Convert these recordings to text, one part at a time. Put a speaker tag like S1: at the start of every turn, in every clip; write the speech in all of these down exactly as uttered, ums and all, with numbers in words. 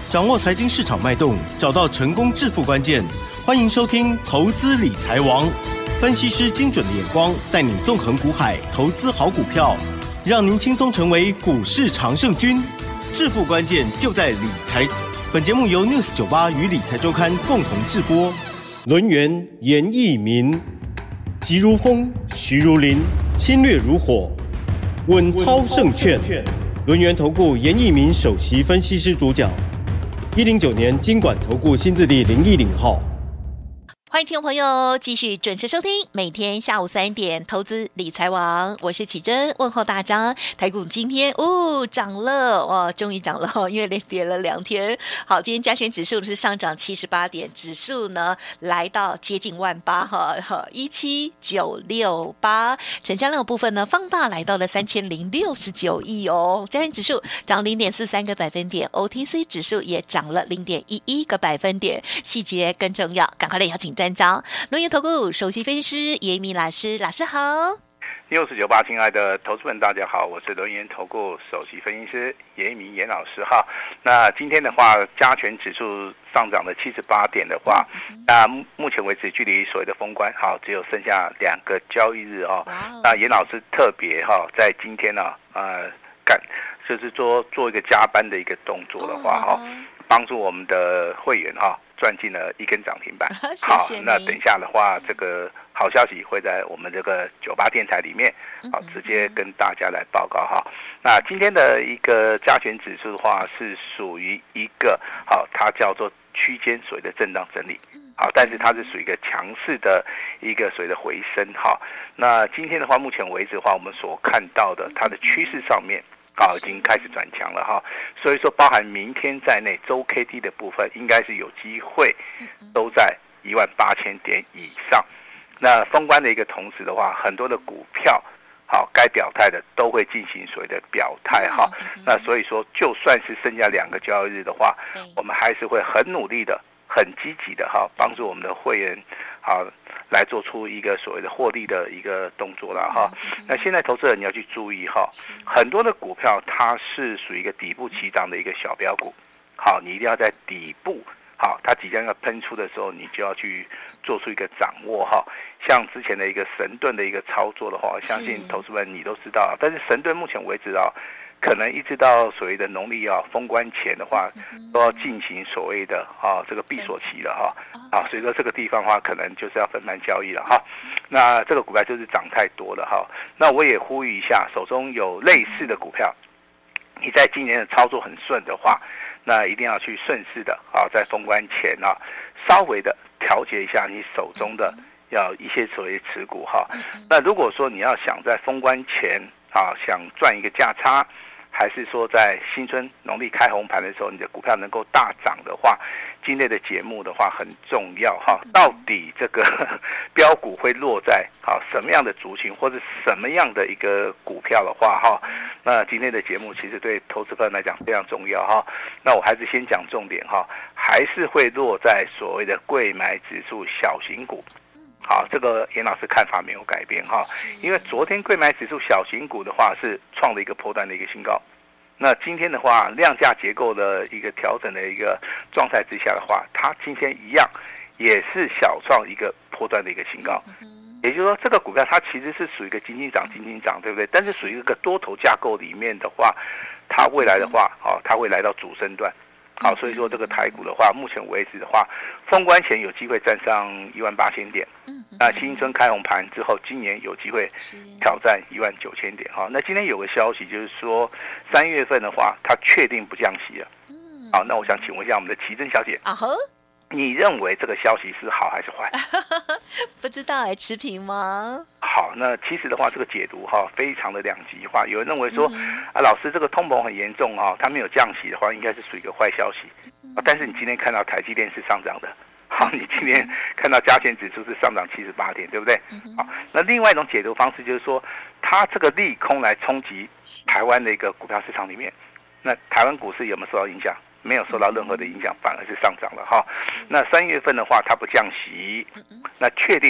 S1: 掌握财经市场脉动，找到成功致富关键。欢迎收听《投资理财王》，分析师精准的眼光，带你纵横股海，投资好股票，让您轻松成为股市常胜军。致富关键就在理财。本节目由 News 九十八与理财周刊共同制播。轮源严义民，急如风，徐如林，侵略如火，稳操胜券。轮源投顾严义民首席分析师主讲。一零九年金管投顾新字第零一零号。
S2: 欢迎听众朋友继续准时收听每天下午三点投资理财王，我是启真，问候大家。台股今天哦涨了哇，终于涨了，因为连跌了两天。好，今天加权指数是上涨七十八点，指数呢来到接近万八哈，一七九六八，成交量部分呢放大来到了三千零六十九亿哦。加权指数涨零点四三个百分点 ，O T C 指数也涨了零点一一个百分点。细节更重要，赶快来邀请专家，轮源投顾首席分析师严义民老师，老师好。
S3: 六四九八，亲爱的投资们，大家好，我是轮源投顾首席分析师严义民严老师哈。那今天的话，加权指数上涨了七十八点的话，那目前为止距离所谓的封关好只有剩下两个交易日哈。那严老师特别哈在今天呢、啊，呃，干就是说做一个加班的一个动作的话哈，帮助我们的会员哈。赚进了一根涨停板，好，那等一下的话，这个好消息会在我们这个九八电台里面，好，直接跟大家来报告哈。那今天的一个加权指数的话，是属于一个好，它叫做区间所谓的震荡整理，好，但是它是属于一个强势的一个所谓的回升哈。那今天的话，目前为止的话，我们所看到的它的趋势上面。好，已经开始转强了哈，所以说包含明天在内，周 K D 的部分应该是有机会都在一万八千点以上。那封关的一个同时的话，很多的股票好该表态的都会进行所谓的表态哈。那所以说，就算是剩下两个交易日的话，我们还是会很努力的、很积极的哈，帮助我们的会员好。来做出一个所谓的获利的一个动作了哈。那现在投资人你要去注意哈，很多的股票它是属于一个底部起涨的一个小标股，好，你一定要在底部，好，它即将要喷出的时候，你就要去做出一个掌握哈。像之前的一个神盾的一个操作的话，我相信投资人你都知道，但是神盾目前为止啊。可能一直到所谓的农历啊封关前的话，都要进行所谓的啊这个闭锁期了哈啊，所以说这个地方的话，可能就是要分盘交易了哈。那这个股票就是涨太多了哈。那我也呼吁一下，手中有类似的股票，你在今年的操作很顺的话，那一定要去顺势的啊，在封关前啊，稍微的调节一下你手中的要一些所谓的持股哈。那如果说你要想在封关前啊，想赚一个价差。还是说在新春农历开红盘的时候，你的股票能够大涨的话，今天的节目的话很重要哈。到底这个标股会落在好什么样的族群，或者什么样的一个股票的话哈？那今天的节目其实对投资朋友来讲非常重要哈。那我还是先讲重点哈，还是会落在所谓的贵买指数小型股。好，这个严老师看法没有改变哈，因为昨天贵买指数小型股的话是创了一个波段的一个新高，那今天的话量价结构的一个调整的一个状态之下的话，它今天一样也是小创一个波段的一个新高，也就是说这个股票它其实是属于一个金金涨金金涨，对不对？但是属于一个多头架构里面的话，它未来的话，好，它会来到主升段。好，所以说这个台股的话，目前为止的话，封关前有机会站上一万八千点。那新春开红盘之后，今年有机会挑战一万九千点。哈，那今天有个消息就是说，三月份的话，它确定不降息了。好，那我想请问一下我们的奇珍小姐，啊呵，你认为这个消息是好还是坏？
S2: 不知道哎，持平吗？
S3: 好，那其实的话，这个解读哈非常的两极化。有人认为说，啊，老师这个通膨很严重哈，它没有降息的话，应该是属于一个坏消息。啊，但是你今天看到台积电是上涨的，好，你今天看到加权指数是上涨七十八点，对不对？好，那另外一种解读方式就是说，它这个利空来冲击台湾的一个股票市场里面，那台湾股市有没有受到影响？没有受到任何的影响，反而是上涨了哈。那三月份的话，它不降息，那确定了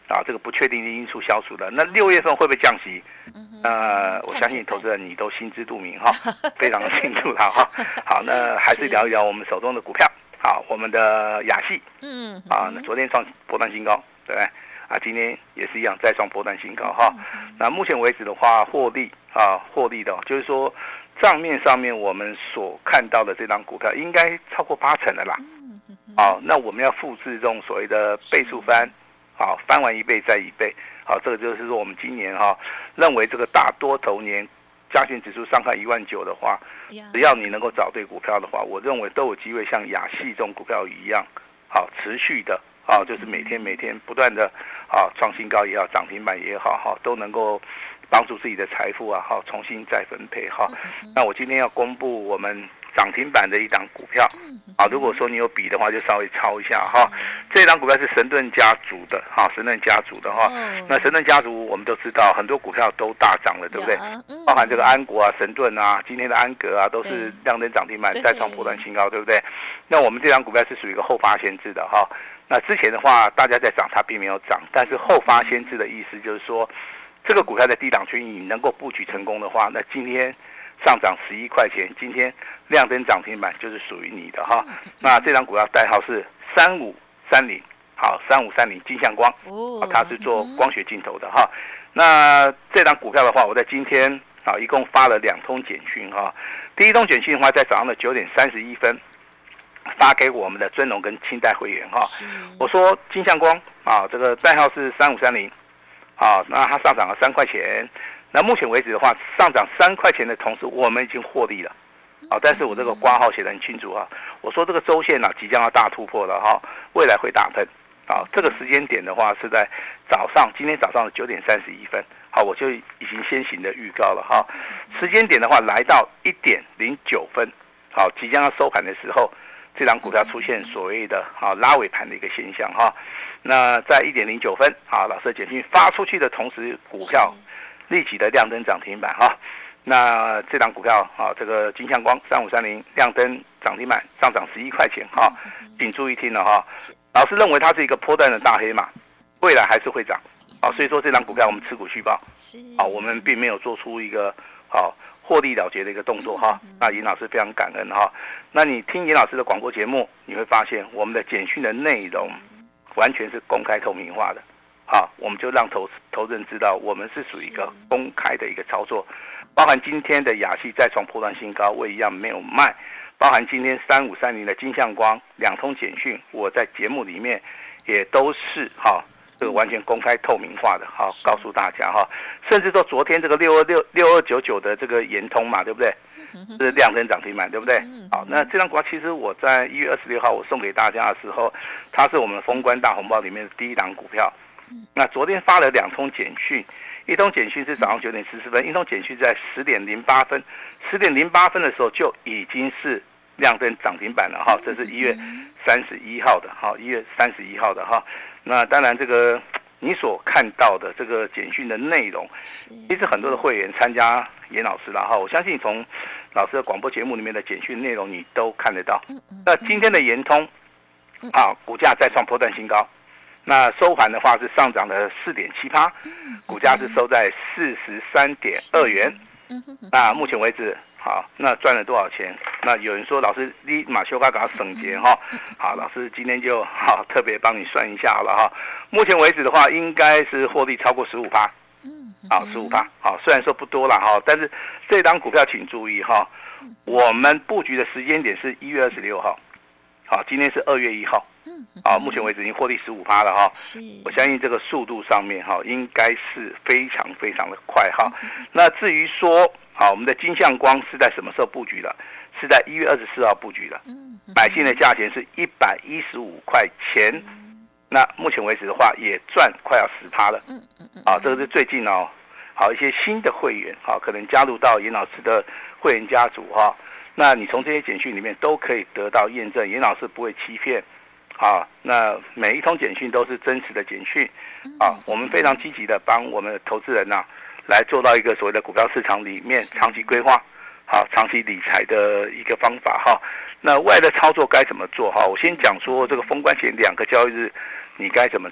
S3: 啊，这个不确定的因素消除了。那六月份会不会降息？呃，我相信投资人你都心知肚明哈，非常清楚了哈。好，那还是聊一聊我们手中的股票。好，我们的亚系，嗯，啊，那昨天创波段新高，对不对？啊，今天也是一样再创波段新高哈。那目前为止的话，获利啊，获利的，就是说账面上面我们所看到的这张股票应该超过八成的啦。好，那我们要复制这种所谓的倍数翻，好，翻完一倍再一倍，好，这个就是说我们今年哈认为这个大多头年加权指数上看一万九的话，只要你能够找对股票的话，我认为都有机会像亚系这种股票一样，好，持续的。啊，就是每天每天不断的啊创新高也好，涨停板也好，哈，都能够帮助自己的财富啊，哈，重新再分配哈。那我今天要公布我们涨停板的一档股票，啊，如果说你有笔的话，就稍微抄一下哈。这档股票是神盾家族的，哈，神盾家族的哈。那神盾家族我们都知道，很多股票都大涨了，对不对？包含这个安国啊、神盾啊，今天的安格啊，都是亮灯涨停板，再创波段新高，对不对？那我们这档股票是属于一个后发先至的哈。那之前的话，大家在涨，它并没有涨，但是后发先至的意思就是说，这个股票在低档区你能够布局成功的话，那今天上涨十一块钱，今天亮灯涨停板就是属于你的哈。那这张股票代号是三五三零，好，三五三零金相光，哦，它是做光学镜头的哈。那这张股票的话，我在今天啊一共发了两通简讯哈。第一通简讯的话，在早上的九点三十一分。发给我们的尊荣跟清代会员哈，我说金相光啊，这个代号是三五三零，啊，那它上涨了三块钱，那目前为止的话，上涨三块钱的同时，我们已经获利了，啊，但是我这个挂号写得很清楚啊，我说这个周线呢、啊、即将要大突破了哈，未来会大喷，啊，这个时间点的话是在早上，今天早上的九点三十一分，好，我就已经先行的预告了哈，时间点的话来到一点零九分，好，即将要收盘的时候。这张股票出现所谓的啊拉尾盘的一个现象哈，那在一点零九分啊，老师的简讯发出去的同时，股票立即的亮灯涨停板哈。那这张股票啊，这个金相光三五三零亮灯涨停板，上涨十一块钱哈，请注意听了哈。老师认为它是一个波段的大黑马，未来还是会涨啊，所以说这张股票我们持股续报啊，我们并没有做出一个好。获利了结的一个动作哈，那严老师非常感恩哈。那你听严老师的广播节目，你会发现我们的简讯的内容完全是公开透明化的，好，我们就让投投资人知道我们是属于一个公开的一个操作，包含今天的亚系再创波段新高，我一样没有卖，包含今天三五三零的金相光两通简讯，我在节目里面也都是哈。这个完全公开透明化的，好，告诉大家哈，甚至说昨天这个六二六六二九九的这个延通嘛，对不对？是亮灯涨停板，对不对？好，那这张股票其实我在一月二十六号我送给大家的时候，它是我们封关大红包里面的第一档股票。那昨天发了两通简讯，一通简讯是早上九点十四分，一通简讯在十点零八分，十点零八分的时候就已经是亮灯涨停板了哈，这是一月三十一号的哈，一月三十一号的哈。那当然，这个你所看到的这个简讯的内容，其实很多的会员参加严老师了哈。我相信从老师的广播节目里面的简讯内容，你都看得到。那今天的延通啊，股价再创波段新高，那收盘的话是上涨了四点七趴，股价是收在四十三点二元。那目前为止。好，那赚了多少钱？那有人说老师你马修嘎给他省钱哈，好，老师今天就好特别帮你算一下好了哈。目前为止的话，应该是获利超过十五趴，好，十五趴，好，虽然说不多了哈，但是这档股票请注意哈，我们布局的时间点是一月二十六号，好，今天是二月一号，好，目前为止已经获利十五趴了哈。我相信这个速度上面哈，应该是非常非常的快哈。那至于说。好，我们的金相光是在什么时候布局的？是在一月二十四号布局的，买进的价钱是一百一十五块钱。那目前为止的话，也赚快要十趴了。啊，这个是最近哦，好一些新的会员，好可能加入到严老师的会员家族哈。那你从这些简讯里面都可以得到验证，严老师不会欺骗。啊，那每一通简讯都是真实的简讯。啊，我们非常积极的帮我们的投资人呐、啊。来做到一个所谓的股票市场里面长期规划，好，长期理财的一个方法哈。那未来的操作该怎么做哈？我先讲说这个封关前两个交易日你该怎么做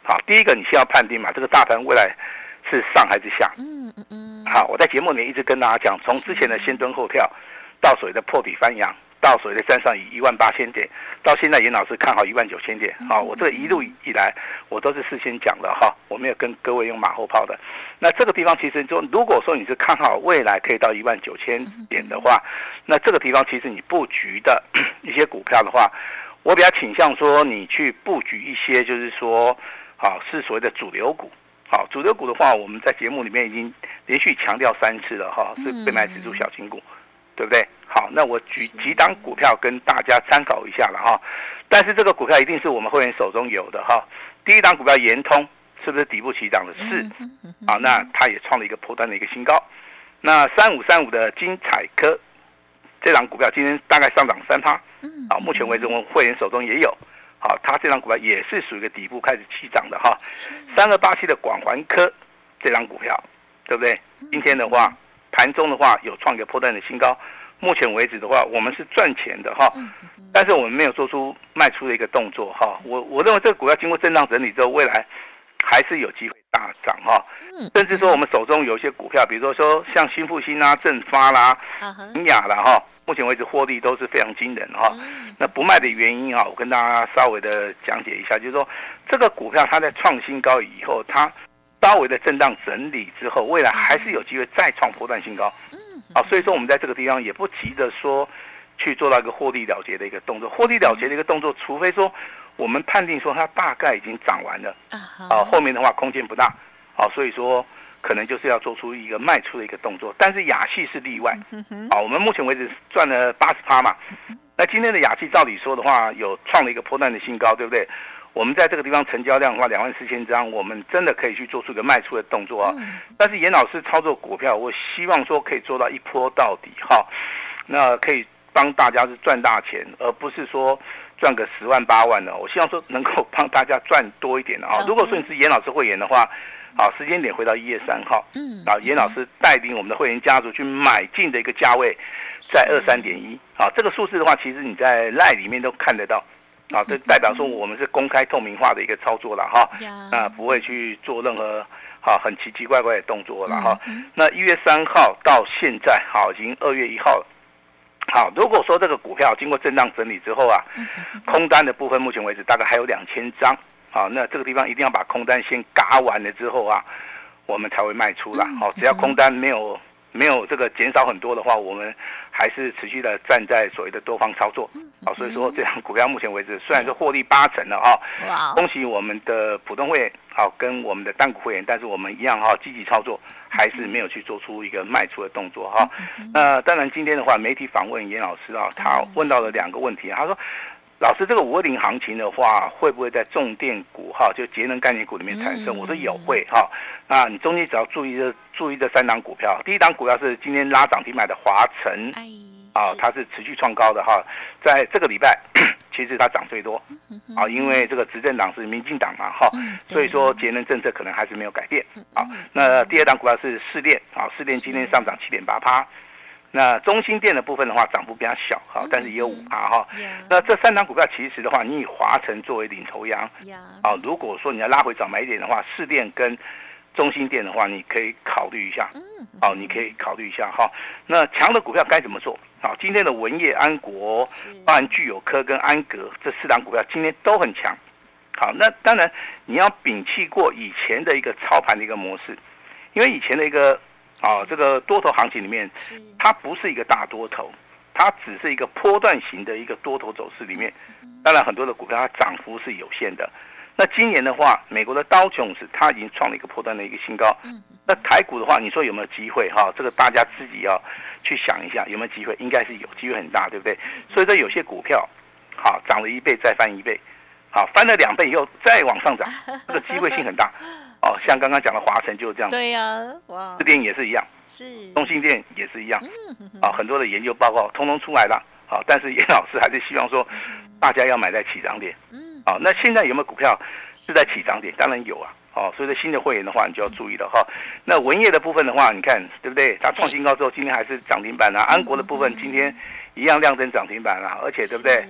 S3: 好，第一个你先要判定嘛，这个大盘未来是上还是下？
S2: 嗯嗯嗯。
S3: 好，我在节目里面一直跟大家讲，从之前的先蹲后跳，到所谓的破底翻扬，到所谓的站上一万八千点，到现在严老师看好一万九千点。好，我这个一路以来我都是事先讲的哈，我没有跟各位用马后炮的。那这个地方其实就如果说你是看好未来可以到一万九千点的话，那这个地方其实你布局的一些股票的话，我比较倾向说你去布局一些就是说，好是所谓的主流股。好，主流股的话，我们在节目里面已经连续强调三次了哈，是贵买指数小型股，对不对？好，那我举几档股票跟大家参考一下了哈。但是这个股票一定是我们会员手中有的哈。第一档股票延通是不是底部起涨的？是，啊，那它也创了一个波段的一个新高。那三五三五的精彩科这档股票今天大概上涨三趴，啊，目前为止我们会员手中也有。好，它这张股票也是属于一个底部开始起涨的哈。三二八七的广环科这张股票，对不对？今天的话，盘中的话有创一个波段的新高。目前为止的话，我们是赚钱的哈，但是我们没有做出卖出的一个动作哈。我我认为这个股票经过震荡整理之后，未来还是有机会大涨哈。甚至说我们手中有一些股票，比如说像新复兴啦、正发啦、银雅啦哈。目前为止获利都是非常惊人哈，那不卖的原因哈，我跟大家稍微的讲解一下，就是说这个股票它在创新高以后，它稍微的震荡整理之后，未来还是有机会再创波段新高，啊，所以说我们在这个地方也不急着说去做到一个获利了结的一个动作，获利了结的一个动作，除非说我们判定说它大概已经涨完了，啊，后面的话空间不大，啊，所以说。可能就是要做出一个卖出的一个动作，但是亚系是例外。好，我们目前为止赚了八十趴嘛。那今天的亚系照理说的话，有创了一个波段的新高，对不对？我们在这个地方成交量的话，两万四千张，我们真的可以去做出一个卖出的动作啊。但是严老师操作股票，我希望说可以做到一波到底哈。那可以帮大家是赚大钱，而不是说赚个十万八万的。我希望说能够帮大家赚多一点的啊。如果说你是严老师会员的话。好，时间点回到一月三号，嗯，啊，严老师带领我们的会员家族去买进的一个价位在二三点一，啊，这个数字的话，其实你在 LINE 里面都看得到，啊，这代表说我们是公开透明化的一个操作了哈，啊，不会去做任何好很奇奇怪怪的动作了哈。那一月三号到现在，好，已经二月一号了。好，如果说这个股票经过震荡整理之后啊，空单的部分目前为止大概还有两千张。好，那这个地方一定要把空单先嘎完了之后啊，我们才会卖出啦。好，只要空单没有没有这个减少很多的话，我们还是持续的站在所谓的多方操作。好，所以说这张股票目前为止虽然是获利八成了哈，恭喜我们的普通会员好跟我们的单股会员，但是我们一样哈积极操作，还是没有去做出一个卖出的动作哈。那当然今天的话，媒体访问严老师啊，他问到了两个问题，他说。老师，这个五二零行情的话，会不会在重电股哈，就节能概念股里面产生？我说有会哈。那你中间只要注意这注意这三档股票，第一档股票是今天拉涨停买的华晨，啊，它是持续创高的哈，在这个礼拜其实它涨最多，啊，因为这个执政党是民进党嘛哈，所以说节能政策可能还是没有改变。好，那第二档股票是士电，啊，士电今天上涨七点八趴。那中兴电的部分的话，涨幅比较小哈，但是也有五趴哈。那这三档股票其实的话，你以华晨作为领头羊，啊，如果说你要拉回早买一点的话，士电跟中兴电的话，你可以考虑一下，好，你可以考虑一下哈。那强的股票该怎么做？好，今天的文业、安国、包含聚友科跟安格这四档股票今天都很强。好，那当然你要摒弃过以前的一个操盘的一个模式，因为以前的一个。啊，这个多头行情里面，它不是一个大多头，它只是一个波段型的一个多头走势里面。当然，很多的股票它涨幅是有限的。那今年的话，美国的道琼斯它已经创了一个波段的一个新高。那台股的话，你说有没有机会哈？这个大家自己要去想一下，有没有机会？应该是有机会很大，对不对？所以说有些股票，好涨了一倍再翻一倍，好翻了两倍以后再往上涨，这个机会性很大。哦，像刚刚讲的华晨就是这样，
S2: 对呀、啊，哇，
S3: 士电也是一样，
S2: 是
S3: 中兴电也是一样，啊，很多的研究报告通通出来了，啊，但是严老师还是希望说，大家要买在起涨点，啊，那现在有没有股票是在起涨点？当然有啊，哦，所以说新的会员的话，你就要注意了哈。那文业的部分的话，你看对不对？它创新高之后，今天还是涨停板啊。安国的部分今天一样亮灯涨停板啊，而且对不对？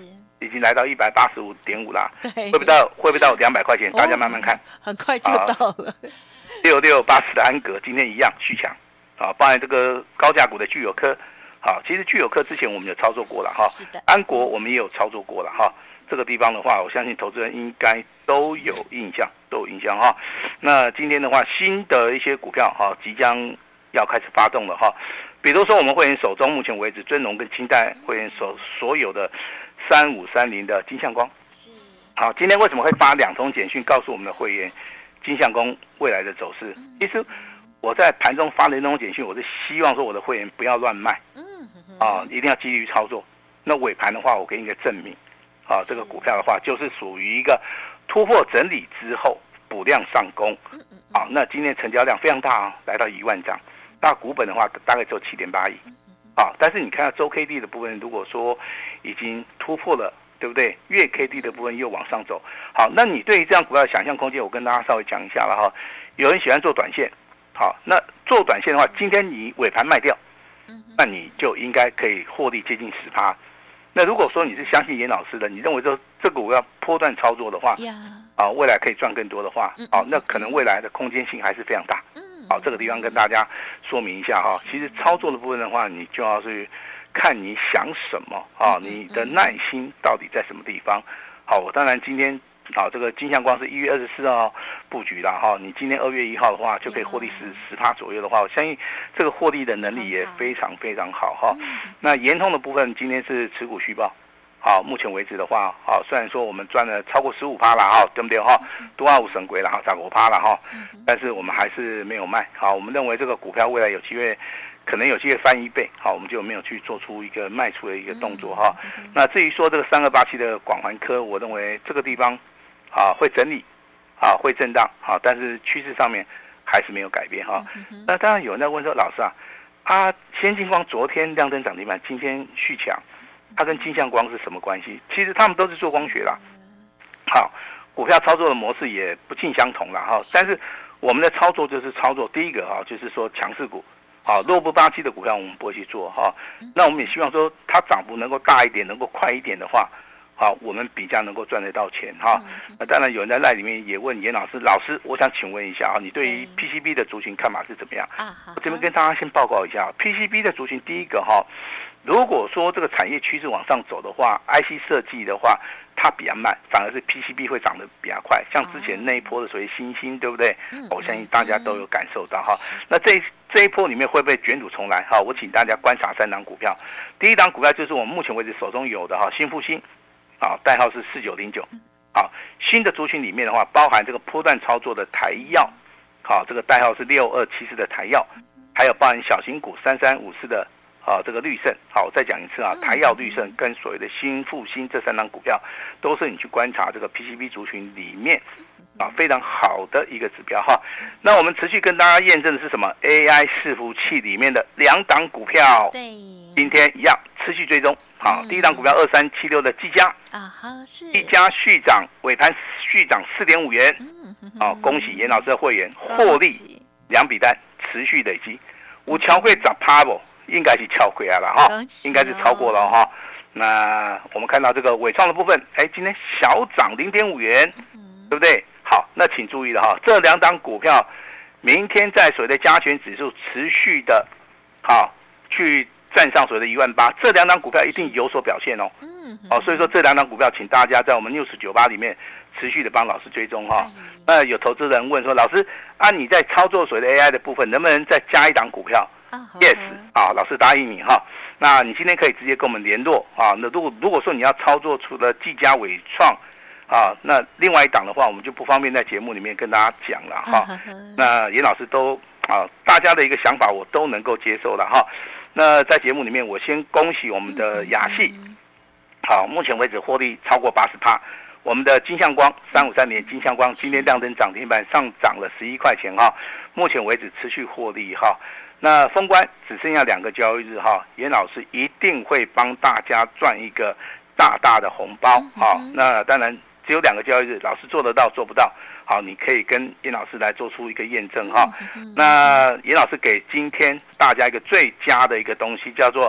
S3: 已经来到一百八十五点五啦，
S2: 对，
S3: 会不会到会不会到两百块钱？大家慢慢看，
S2: 很快就到了。
S3: 六六八四的安格今天一样续强啊，包含这个高价股的聚友科，好，其实聚友科之前我们有操作过了哈，
S2: 是的，
S3: 安国我们也有操作过了哈。这个地方的话，我相信投资人应该都有印象，都有印象哈。那今天的话，新的一些股票哈，即将要开始发动了哈。比如说，我们会员手中目前为止，尊荣跟清代会员手所有的三五三零的金相光，好，今天为什么会发两通简讯告诉我们的会员金相光未来的走势？其实我在盘中发的那通简讯，我是希望说我的会员不要乱卖，啊，一定要纪律操作。那尾盘的话，我给你一个证明。啊，这个股票的话，就是属于一个突破整理之后补量上攻。啊，那今天成交量非常大啊，来到一万张。那股本的话，大概只有七点八亿。啊，但是你看到周 K D 的部分，如果说已经突破了，对不对？月 K D 的部分又往上走。好，那你对于这样股票的想象空间，我跟大家稍微讲一下了哈。有人喜欢做短线，好，那做短线的话，今天你尾盘卖掉，那你就应该可以获利接近十趴。那如果说你是相信严老师的，你认为这这个我要波段操作的话，啊，未来可以赚更多的话，啊，那可能未来的空间性还是非常大。好，这个地方跟大家说明一下哈。其实操作的部分的话，你就要去看你想什么啊，你的耐心到底在什么地方。好，我当然今天啊，这个金相光是一月二十四号布局了哈，你今天二月一号的话就可以获利十十趴左右的话，我相信这个获利的能力也非常非常好哈。那延通的部分今天是持股续报，好，目前为止的话，好，虽然说我们赚了超过十五趴了哈，对不对哈？多二五神鬼了哈，涨五趴了哈，但是我们还是没有卖。好，我们认为这个股票未来有机会。可能有机会翻一倍，好，我们就没有去做出一个卖出的一个动作哈。那至于说这个三二八七的广环科，我认为这个地方啊会整理，啊会震荡，好，但是趋势上面还是没有改变哈。那当然有人在问说，老师啊，啊先进光昨天亮灯涨停板，今天续强，它跟金相光是什么关系？其实他们都是做光学啦，好，股票操作的模式也不尽相同了哈。但是我们的操作就是操作第一个哈，就是说强势股。好，弱不霸气的股票我们不会去做哈。那我们也希望说它涨幅能够大一点，能够快一点的话，好，我们比较能够赚得到钱哈。那当然有人在赖里面也问严老师，老师，我想请问一下啊，你对于 P C B 的族群看法是怎么样？我这边跟大家先报告一下 ，P C B 的族群第一个哈，如果说这个产业趋势往上走的话 ，I C 设计的话。它比较慢，反而是 P C B 会涨得比较快，像之前那一波的所谓新兴，对不对？我相信大家都有感受到哈。那这这一波里面会不会卷土重来？哈，我请大家观察三档股票。第一档股票就是我们目前为止手中有的哈，新复兴，啊，代号是四九零九。好，新的族群里面的话，包含这个波段操作的台药，好，这个代号是六二七四的台药，还有包含小型股三三五四的。啊，这个绿盛，好，我再讲一次啊，台药、绿盛跟所谓的新复兴这三档股票，都是你去观察这个 P C B 族群里面啊非常好的一个指标哈。那我们持续跟大家验证的是什么 ？A I 伺服器里面的两档股票，对，今天一样持续追踪。好，第一档股票二三七六的技嘉啊，是技嘉续涨，尾盘续涨四点五元，啊，恭喜严老师的会员获利两笔单持续累积，有超过十趴不？应该是超过了哈，应该是超过了哈。那我们看到这个伟创的部分，哎，今天小涨零点五元，对不对？好，那请注意了哈，这两档股票明天在所谓的加权指数持续的，好去站上所谓的一万八，这两档股票一定有所表现哦。哦，所以说这两档股票，请大家在我们 News 九八里面持续的帮老师追踪哈。那有投资人问说，老师啊，你在操作所谓的 A I 的部分，能不能再加一档股票？Yes， 啊，老师答应你哈。那你今天可以直接跟我们联络啊。那如果如果说你要操作除了技嘉、伟创啊，那另外一档的话，我们就不方便在节目里面跟大家讲了哈。那严老师都啊，大家的一个想法我都能够接受了哈。那在节目里面，我先恭喜我们的亚系，好，目前为止获利超过八十趴。我们的金相光三五三年金相光今天亮灯涨停板，上涨了十一块钱哈。目前为止持续获利哈。那封关只剩下两个交易日哈，严老师一定会帮大家赚一个大大的红包啊！那当然只有两个交易日，老师做得到做不到，好，你可以跟严老师来做出一个验证哈。那严老师给今天大家一个最佳的一个东西，叫做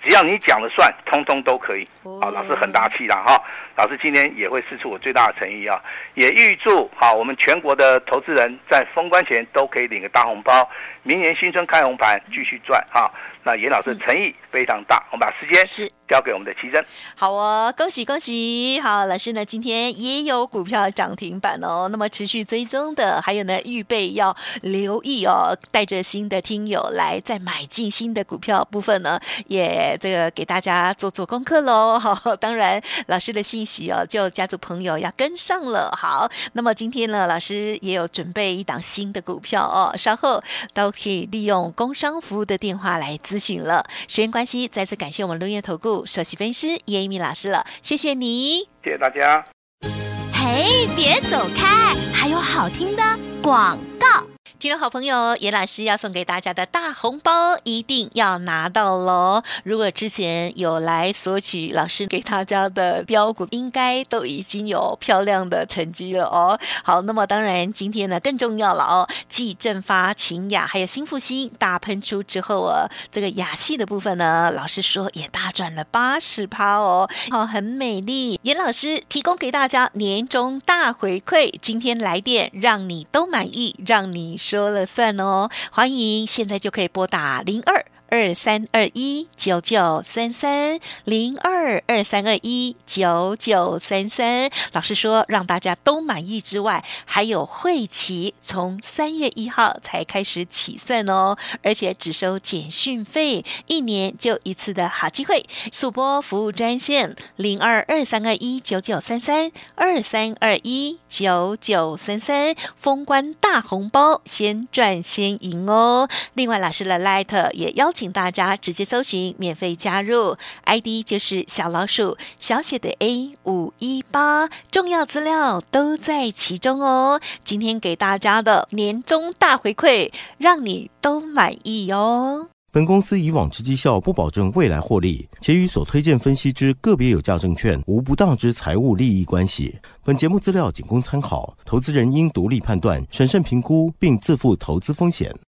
S3: 只要你讲了算，通通都可以。好，老师很大气啦哈。老师今天也会释出我最大的诚意啊，也预祝好我们全国的投资人在封关前都可以领个大红包，明年新春开红盘继续赚哈。那严老师的诚意非常大，我们把时间交给我们的奇珍。
S2: 好哦，恭喜恭喜！好，老师呢今天也有股票涨停板哦，那么持续追踪的，还有呢预备要留意哦，带着新的听友来再买进新的股票部分呢，也这个给大家做做功课喽。好，当然老师的讯息哦，就家族朋友要跟上了。好，那么今天呢，老师也有准备一档新的股票哦，稍后都可以利用工商服务的电话来咨询了。时间关系，再次感谢我们轮源投顾首席分析师叶一鸣老师了，谢谢你，
S3: 谢谢大家。
S4: 嘿，别走开，还有好听的广告。
S2: 听众好朋友，严老师要送给大家的大红包一定要拿到咯。如果之前有来索取老师给大家的标股，应该都已经有漂亮的成绩了哦。好，那么当然今天呢更重要了哦，继正发、勤雅还有新复兴大喷出之后啊，这个雅系的部分呢，老师说也大赚了 百分之八十 哦，好，很美丽。严老师提供给大家年终大回馈，今天来电让你都满意，让你说了算哦，欢迎现在就可以拨打零二二三二一九九三三零二二三二一九九三三。老师说让大家都满意之外，还有会期从三月一号才开始起算哦，而且只收简讯费，一年就一次的好机会。速拨服务专线零二二三二一九九三三二三二一九九三三，封关大红包，先赚先赢哦。另外，老师的 Light 也邀请请大家直接搜寻免费加入 I D 就是小老鼠小写的 A 五一八，重要资料都在其中哦。今天给大家的年终大回馈，让你都满意哦。
S1: 本公司以往之绩效不保证未来获利，且与所推荐分析之个别有价证券无不当之财务利益关系。本节目资料仅供参考，投资人应独立判断、审慎评估，并自负投资风险。